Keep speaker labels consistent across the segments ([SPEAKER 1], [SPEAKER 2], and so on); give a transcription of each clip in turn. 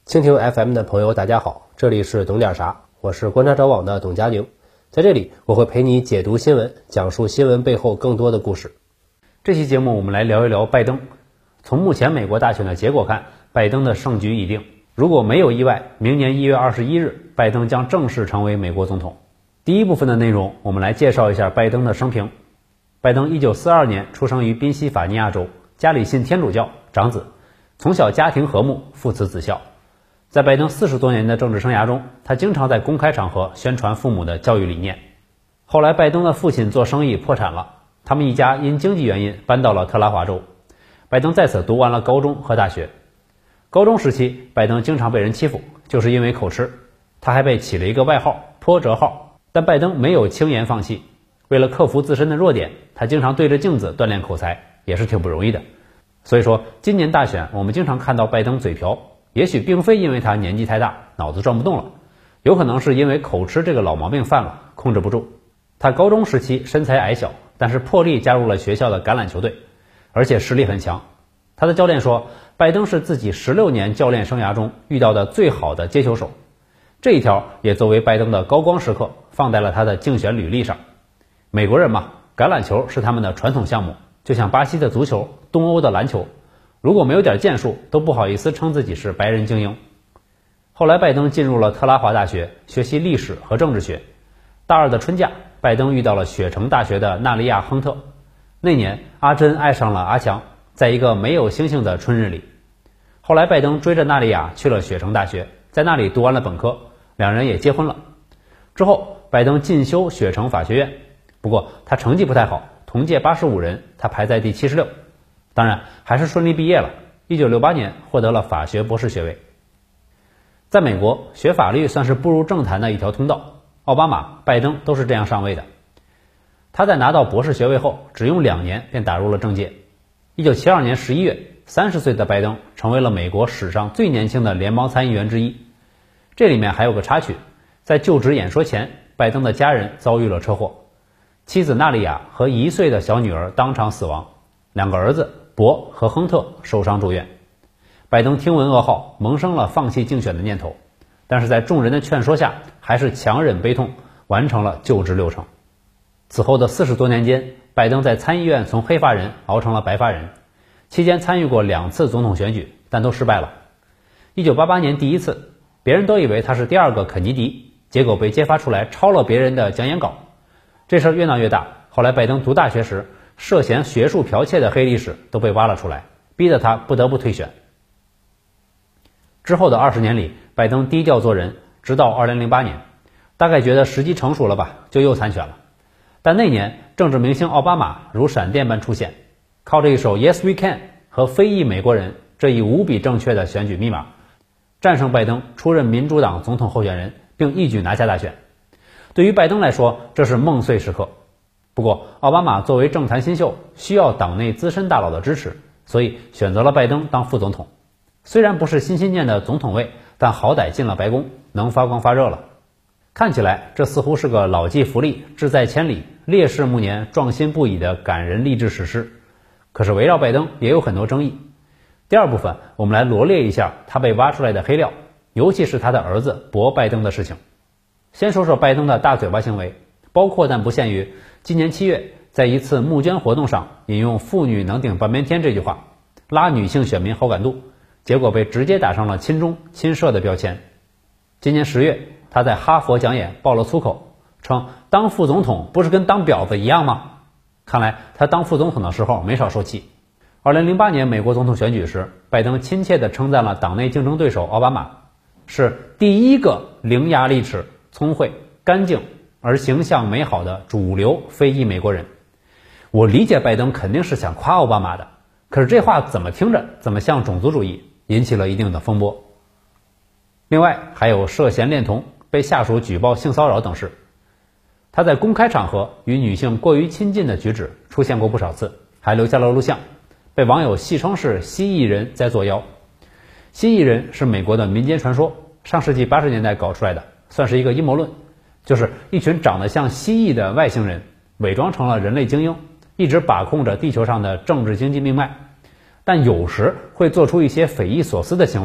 [SPEAKER 1] 蜻蜓 FM 的朋友大家好，这里是懂点啥，我是观察者网的董佳宁。在这里我会陪你解读新闻，讲述新闻背后更多的故事。
[SPEAKER 2] 这期节目我们来聊一聊拜登。从目前美国大选的结果看，拜登的胜局已定，如果没有意外，明年1月21日拜登将正式成为美国总统。第一部分的内容我们来介绍一下拜登的生平。拜登1942年出生于宾夕法尼亚州，家里信天主教，长子，从小家庭和睦，父慈子孝。在拜登40多年的政治生涯中，他经常在公开场合宣传父母的教育理念。后来拜登的父亲做生意破产了，他们一家因经济原因搬到了特拉华州。拜登在此读完了高中和大学。高中时期，拜登经常被人欺负，就是因为口吃。他还被起了一个外号波折号，但拜登没有轻言放弃。为了克服自身的弱点，他经常对着镜子锻炼口才，也是挺不容易的。所以说今年大选我们经常看到拜登嘴瓢，也许并非因为他年纪太大，脑子转不动了，有可能是因为口吃这个老毛病犯了，控制不住。他高中时期身材矮小，但是破例加入了学校的橄榄球队，而且实力很强。他的教练说，拜登是自己16年教练生涯中遇到的最好的接球手。这一条也作为拜登的高光时刻放在了他的竞选履历上。美国人嘛，橄榄球是他们的传统项目，就像巴西的足球，东欧的篮球，如果没有点建树，都不好意思称自己是白人精英。后来拜登进入了特拉华大学学习历史和政治学。大二的春假，拜登遇到了雪城大学的纳利亚·亨特。那年阿珍爱上了阿强，在一个没有星星的春日里。后来拜登追着纳利亚去了雪城大学，在那里读完了本科，两人也结婚了。之后拜登进修雪城法学院，不过他成绩不太好，同届85人他排在第76，当然还是顺利毕业了。1968年获得了法学博士学位。在美国学法律算是步入政坛的一条通道，奥巴马、拜登都是这样上位的。他在拿到博士学位后只用2年便打入了政界。1972年11月，30岁的拜登成为了美国史上最年轻的联邦参议员之一。这里面还有个插曲，在就职演说前，拜登的家人遭遇了车祸，妻子纳利亚和1岁的小女儿当场死亡，2个儿子博和亨特受伤住院。拜登听闻噩耗，萌生了放弃竞选的念头，但是在众人的劝说下，还是强忍悲痛完成了就职流程。此后的40多年间，拜登在参议院从黑发人熬成了白发人，期间参与过2次总统选举，但都失败了。1988年第一次，别人都以为他是第2个肯尼迪，结果被揭发出来抄了别人的讲演稿。这事儿越闹越大，后来拜登读大学时涉嫌学术剽窃的黑历史都被挖了出来，逼得他不得不退选。之后的20年里，拜登低调做人，直到2008年，大概觉得时机成熟了吧，就又参选了。但那年政治明星奥巴马如闪电般出现，靠着一首 Yes We Can 和非裔美国人这一无比正确的选举密码，战胜拜登出任民主党总统候选人，并一举拿下大选。对于拜登来说，这是梦碎时刻。不过奥巴马作为政坛新秀，需要党内资深大佬的支持，所以选择了拜登当副总统。虽然不是心心念的总统位，但好歹进了白宫，能发光发热了。看起来这似乎是个老骥伏枥，志在千里，烈士暮年，壮心不已的感人励志史诗。可是围绕拜登也有很多争议。第二部分我们来罗列一下他被挖出来的黑料，尤其是他的儿子博拜登的事情。先说说拜登的大嘴巴行为，包括但不限于今年7月在一次募捐活动上引用妇女能顶半边天这句话，拉女性选民好感度，结果被直接打上了亲中亲社的标签。今年10月他在哈佛讲演爆了粗口，称当副总统不是跟当婊子一样吗？看来他当副总统的时候没少受气。2008年美国总统选举时，拜登亲切地称赞了党内竞争对手奥巴马，是第一个伶牙俐齿、聪慧、干净而形象美好的主流非裔美国人。我理解拜登肯定是想夸奥巴马的，可是这话怎么听着怎么像种族主义，引起了一定的风波。另外还有涉嫌恋童、被下属举报性骚扰等事。他在公开场合与女性过于亲近的举止出现过不少次，还留下了录像，被网友戏称是蜥蜴人在作妖。蜥蜴人是美国的民间传说，上世纪80年代搞出来的，算是一个阴谋论，就是一群长得像蜥蜴的外星人伪装成了人类精英，一直把控着地球上的政治经济命脉，但有时会做出一些匪夷所思的行为，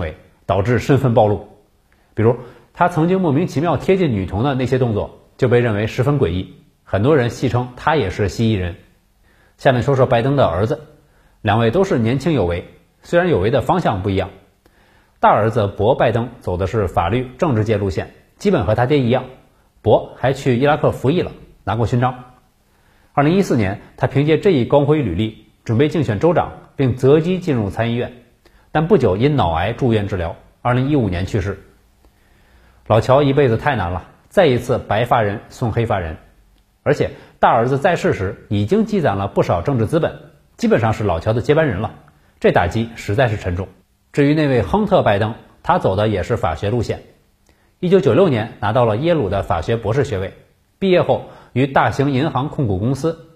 [SPEAKER 2] 导致身份暴露。比如他曾经莫名其妙贴近女童的那些动作就被认为十分诡异，很多人戏称他也是蜥蜴人。下面说说拜登的儿子，两位都是年轻有为，虽然有为的方向不一样。大儿子博拜登走的是法律政治界路线，基本和他爹一样，博还去伊拉克服役了，拿过勋章。2014年他凭借这一光辉履历准备竞选州长，并择机进入参议院，但不久因脑癌住院治疗，2015年去世。老乔一辈子太难了，再一次白发人送黑发人，而且大儿子在世时已经积攒了不少政治资本，基本上是老乔的接班人了，这打击实在是沉重。至于那位亨特·拜登，他走的也是法学路线，1996年拿到了耶鲁的法学博士学位，毕业后与大型银行控股公司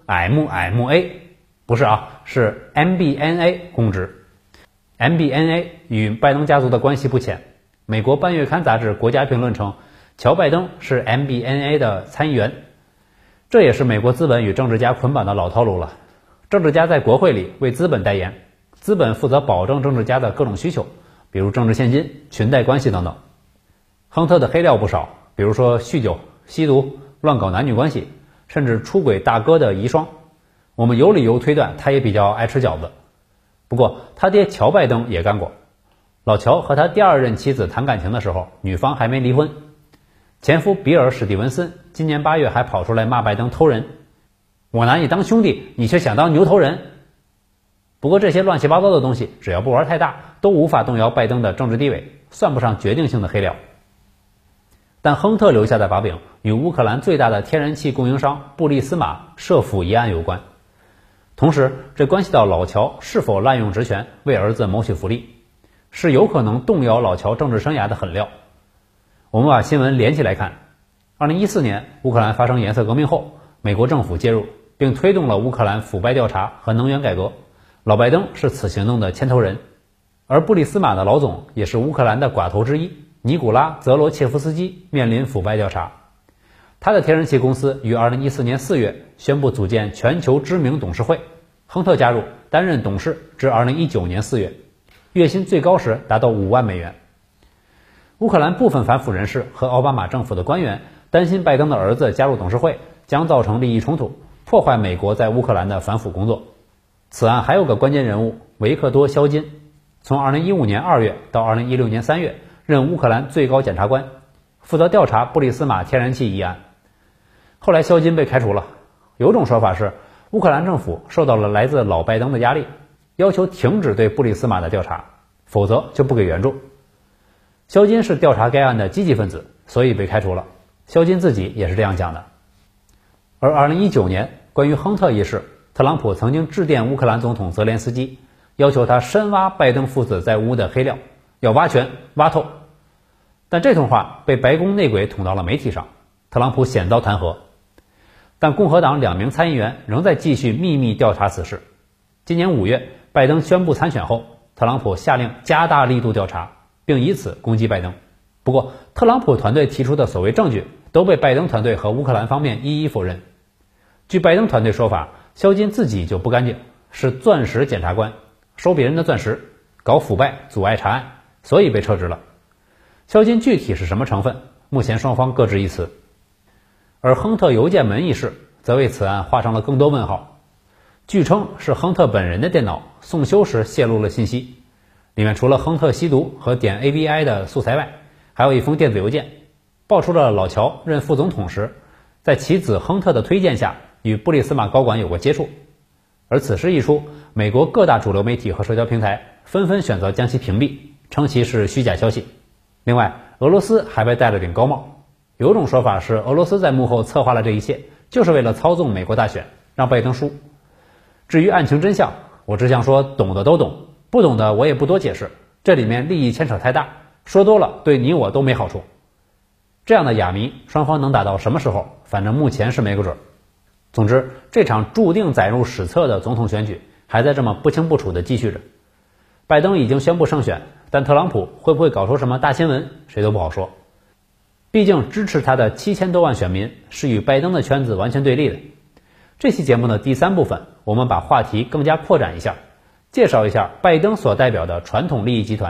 [SPEAKER 2] MMA 不是是 MBNA 公职。MBNA 与拜登家族的关系不浅，美国半月刊杂志《国家评论》称，乔拜登是 MBNA 的参议员。这也是美国资本与政治家捆绑的老套路了。政治家在国会里为资本代言，资本负责保证政治家的各种需求，比如政治现金、裙带关系等等。亨特的黑料不少，比如说酗酒、吸毒、乱搞男女关系，甚至出轨大哥的遗孀。我们有理由推断他也比较爱吃饺子。不过他爹乔拜登也干过。老乔和他第二任妻子谈感情的时候，女方还没离婚。前夫比尔·史蒂文森今年8月还跑出来骂拜登偷人，我拿你当兄弟，你却想当牛头人。不过这些乱七八糟的东西只要不玩太大，都无法动摇拜登的政治地位，算不上决定性的黑料。但亨特留下的把柄与乌克兰最大的天然气供应商布利斯马涉腐一案有关，同时这关系到老乔是否滥用职权为儿子谋取福利，是有可能动摇老乔政治生涯的狠料。我们把新闻连起来看，2014年乌克兰发生颜色革命后，美国政府介入并推动了乌克兰腐败调查和能源改革，老拜登是此行动的牵头人，而布里斯马的老总也是乌克兰的寡头之一尼古拉·泽罗切夫斯基面临腐败调查。他的天然气公司于2014年4月宣布组建全球知名董事会，亨特加入担任董事至2019年4月，月薪最高时达到5万美元。乌克兰部分反腐人士和奥巴马政府的官员担心拜登的儿子加入董事会将造成利益冲突，破坏美国在乌克兰的反腐工作。此案还有个关键人物维克多·肖金，从2015年2月到2016年3月任乌克兰最高检察官，负责调查布里斯马天然气一案。后来肖金被开除了，有种说法是乌克兰政府受到了来自老拜登的压力，要求停止对布里斯马的调查，否则就不给援助。肖金是调查该案的积极分子，所以被开除了，肖金自己也是这样讲的。而2019年关于亨特一事，特朗普曾经致电乌克兰总统泽连斯基，要求他深挖拜登父子在乌的黑料，要挖全挖透。但这通话被白宫内鬼捅到了媒体上，特朗普险遭弹劾。但共和党2名参议员仍在继续秘密调查此事。今年5月拜登宣布参选后，特朗普下令加大力度调查，并以此攻击拜登。不过特朗普团队提出的所谓证据都被拜登团队和乌克兰方面一一否认。据拜登团队说法，肖金自己就不干净，是钻石检察官，收别人的钻石，搞腐败阻碍查案，所以被撤职了。肖金具体是什么成分，目前双方各执一词。而亨特邮件门一事则为此案画上了更多问号。据称是亨特本人的电脑送修时泄露了信息，里面除了亨特吸毒和点 ABI 的素材外，还有一封电子邮件，爆出了老乔任副总统时，在其子亨特的推荐下与布里斯马高管有过接触。而此事一出，美国各大主流媒体和社交平台纷纷选择将其屏蔽，称其是虚假消息。另外，俄罗斯还被戴了顶高帽，有种说法是俄罗斯在幕后策划了这一切，就是为了操纵美国大选，让拜登输。至于案情真相，我只想说懂的都懂，不懂的我也不多解释，这里面利益牵扯太大，说多了对你我都没好处。这样的哑谜，双方能打到什么时候，反正目前是没个准。总之，这场注定载入史册的总统选举还在这么不清不楚的继续着。拜登已经宣布胜选，但特朗普会不会搞出什么大新闻，谁都不好说。毕竟支持他的7000多万选民是与拜登的圈子完全对立的。这期节目的第3部分，我们把话题更加扩展一下，介绍一下拜登所代表的传统利益集团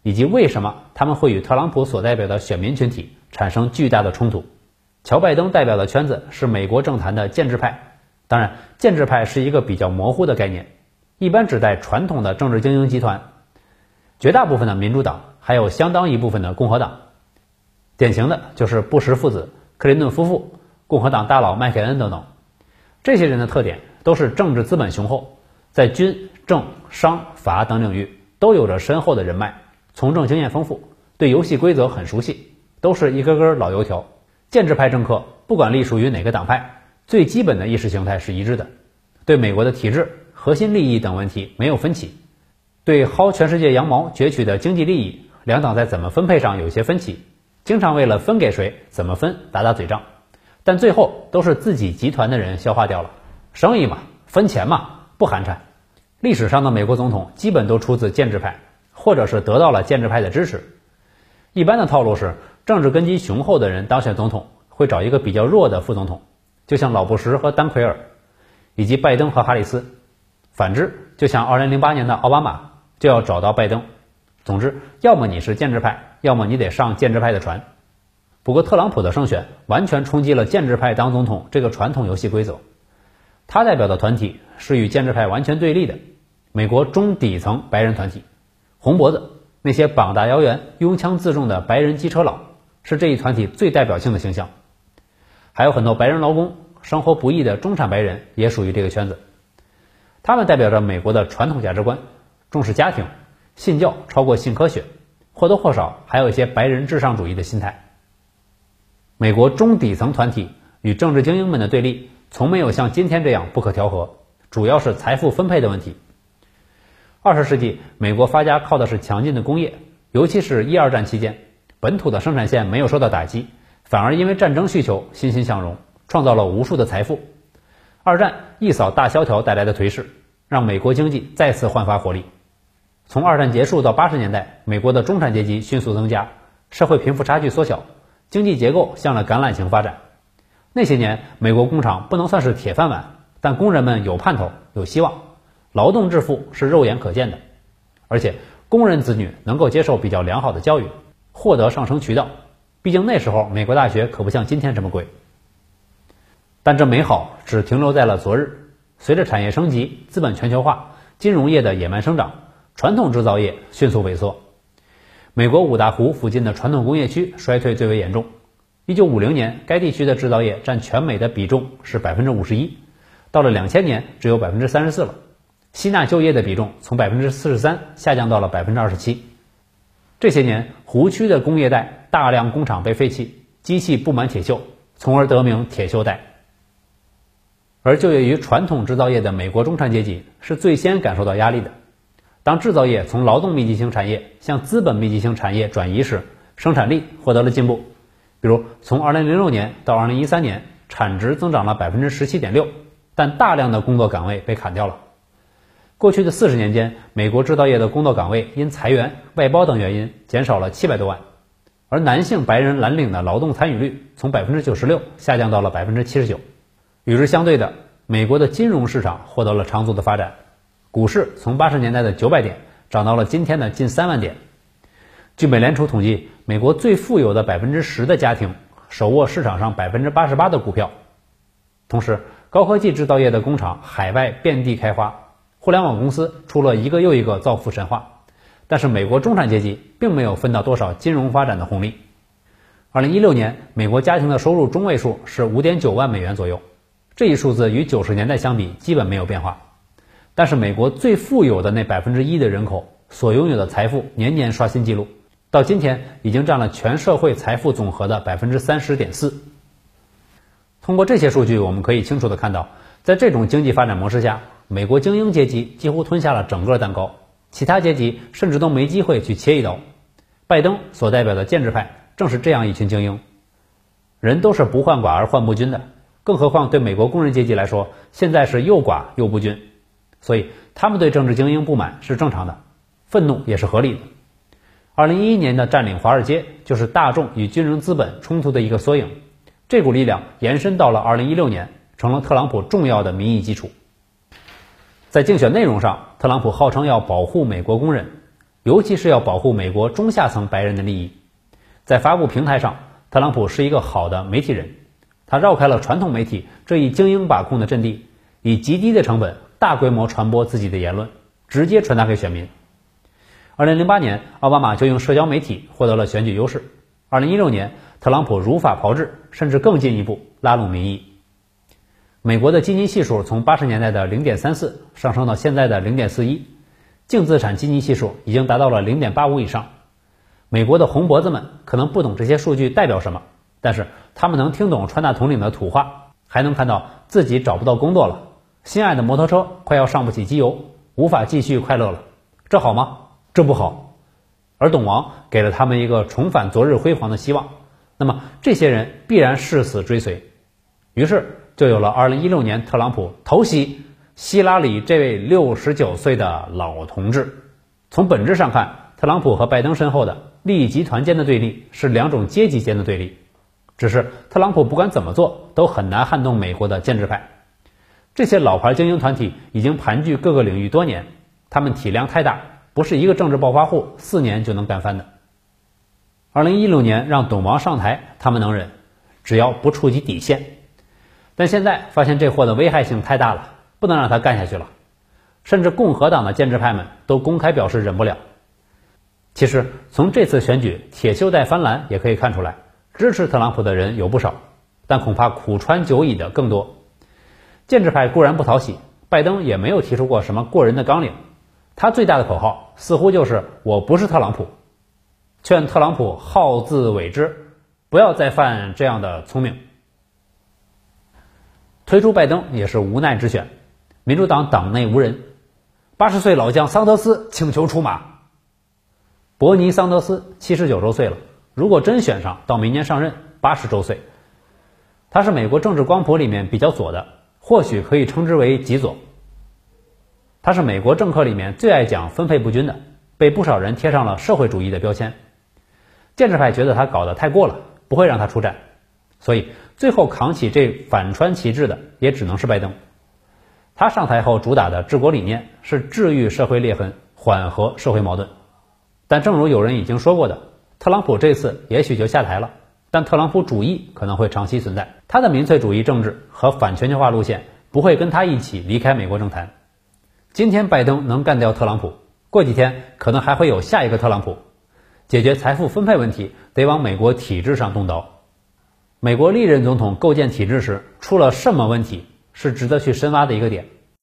[SPEAKER 2] 以及为什么他们会与特朗普所代表的选民群体产生巨大的冲突。乔拜登代表的圈子是美国政坛的建制派，当然，建制派是一个比较模糊的概念，一般指代传统的政治精英集团，绝大部分的民主党，还有相当一部分的共和党。典型的就是布什父子、克林顿夫妇、共和党大佬麦凯恩等等。这些人的特点都是政治资本雄厚，在军、政、商、法等领域都有着深厚的人脉，从政经验丰富，对游戏规则很熟悉，都是一个个老油条。建制派政客不管隶属于哪个党派，最基本的意识形态是一致的，对美国的体制、核心利益等问题没有分歧，对薅全世界羊毛攫取的经济利益，两党在怎么分配上有些分歧，经常为了分给谁怎么分打嘴仗，但最后都是自己集团的人消化掉了。生意嘛，分钱嘛，不寒碜。历史上的美国总统基本都出自建制派，或者是得到了建制派的支持。一般的套路是，政治根基雄厚的人当选总统，会找一个比较弱的副总统，就像老布什和丹奎尔，以及拜登和哈里斯。反之，就像2008年的奥巴马，就要找到拜登。总之，要么你是建制派，要么你得上建制派的船。不过特朗普的胜选完全冲击了建制派当总统这个传统游戏规则。他代表的团体是与建制派完全对立的美国中底层白人团体，红脖子，那些膀大腰圆、拥枪自重的白人机车佬，是这一团体最代表性的形象。还有很多白人劳工，生活不易的中产白人也属于这个圈子。他们代表着美国的传统价值观，重视家庭，信教超过信科学，或多或少还有一些白人至上主义的心态。美国中底层团体与政治精英们的对立从没有像今天这样不可调和，主要是财富分配的问题。20世纪，美国发家靠的是强劲的工业，尤其是1、2战期间，本土的生产线没有受到打击，反而因为战争需求欣欣向荣，创造了无数的财富。2战一扫大萧条带来的颓势，让美国经济再次焕发活力。从2战结束到80年代，美国的中产阶级迅速增加，社会贫富差距缩小，经济结构向了橄榄型发展。那些年，美国工厂不能算是铁饭碗，但工人们有盼头，有希望，劳动致富是肉眼可见的。而且工人子女能够接受比较良好的教育，获得上升渠道，毕竟那时候美国大学可不像今天这么贵。但这美好只停留在了昨日，随着产业升级、资本全球化、金融业的野蛮生长，传统制造业迅速萎缩。美国五大湖附近的传统工业区衰退最为严重。1950年，该地区的制造业占全美的比重是 51%， 到了2000年只有 34% 了，吸纳就业的比重从 43% 下降到了 27%。这些年，湖区的工业带大量工厂被废弃，机器布满铁锈，从而得名铁锈带。而就业于传统制造业的美国中产阶级是最先感受到压力的。当制造业从劳动密集型产业向资本密集型产业转移时，生产力获得了进步。比如从2006年到2013年，产值增长了 17.6%， 但大量的工作岗位被砍掉了。过去的40年间，美国制造业的工作岗位因裁员、外包等原因减少了700多万，而男性白人蓝领的劳动参与率从 96% 下降到了 79%。 与之相对的，美国的金融市场获得了长足的发展，股市从80年代的900点涨到了今天的近3万点。据美联储统计，美国最富有的 10% 的家庭手握市场上 88% 的股票。同时，高科技制造业的工厂海外遍地开花，互联网公司出了一个又一个造富神话，但是美国中产阶级并没有分到多少金融发展的红利。2016年，美国家庭的收入中位数是 5.9 万美元左右，这一数字与90年代相比基本没有变化。但是美国最富有的那 1% 的人口所拥有的财富年年刷新纪录，到今天已经占了全社会财富总和的 30.4%。 通过这些数据，我们可以清楚地看到，在这种经济发展模式下，美国精英阶级几乎吞下了整个蛋糕，其他阶级甚至都没机会去切一刀。拜登所代表的建制派正是这样一群精英。人都是不患寡而患不均的，更何况对美国工人阶级来说，现在是又寡又不均，所以他们对政治精英不满是正常的，愤怒也是合理的。2011年的占领华尔街就是大众与军人资本冲突的一个缩影，这股力量延伸到了2016年，成了特朗普重要的民意基础。在竞选内容上，特朗普号称要保护美国工人， 尤其是要保护美国中下层白人的利益。在发布平台上，特朗普是一个好的媒体人，他绕开了传统媒体这一精英把控的阵地，以极低的成本大规模传播自己的言论，直接传达给选民。2008年，奥巴马就用社交媒体获得了选举优势。2016年，特朗普如法炮制，甚至更进一步拉拢民意。美国的基尼系数从80年代的 0.34 上升到现在的 0.41， 净资产基尼系数已经达到了 0.85 以上。美国的红脖子们可能不懂这些数据代表什么，但是他们能听懂川大统领的土话，还能看到自己找不到工作了，心爱的摩托车快要上不起机油，无法继续快乐了。这好吗？这不好。而董王给了他们一个重返昨日辉煌的希望，那么这些人必然誓死追随。于是就有了2016年特朗普偷袭希拉里这位69岁的老同志。从本质上看，特朗普和拜登身后的利益集团间的对立是两种阶级间的对立，只是特朗普不管怎么做都很难撼动美国的建制派。这些老牌精英团体已经盘踞各个领域多年，他们体量太大，不是一个政治暴发户4年就能干翻的。2016年让董王上台，他们能忍，只要不触及底线。但现在发现这货的危害性太大了，不能让他干下去了。甚至共和党的建制派们都公开表示忍不了。其实从这次选举铁锈带翻蓝也可以看出来，支持特朗普的人有不少，但恐怕苦川久矣的更多。建制派固然不讨喜，拜登也没有提出过什么过人的纲领，他最大的口号似乎就是我不是特朗普，劝特朗普好自为之，不要再犯这样的聪明。推出拜登也是无奈之选，民主党党内无人，80岁老将桑德斯请求出马。伯尼桑德斯79周岁了，如果真选上，到明年上任80周岁。他是美国政治光谱里面比较左的，或许可以称之为极左。他是美国政客里面最爱讲分配不均的，被不少人贴上了社会主义的标签。建制派觉得他搞得太过了，不会让他出战，所以最后扛起这反川旗帜的也只能是拜登。他上台后主打的治国理念是治愈社会裂痕，缓和社会矛盾。但正如有人已经说过的，特朗普这次也许就下台了，但特朗普主义可能会长期存在，他的民粹主义政治和反全球化路线不会跟他一起离开美国政坛。今天拜登能干掉特朗普，过几天可能还会有下一个特朗普。解决财富分配问题得往美国体制上动刀。美国历任总统构建体制时出了什么问题，是值得去深挖的一个点。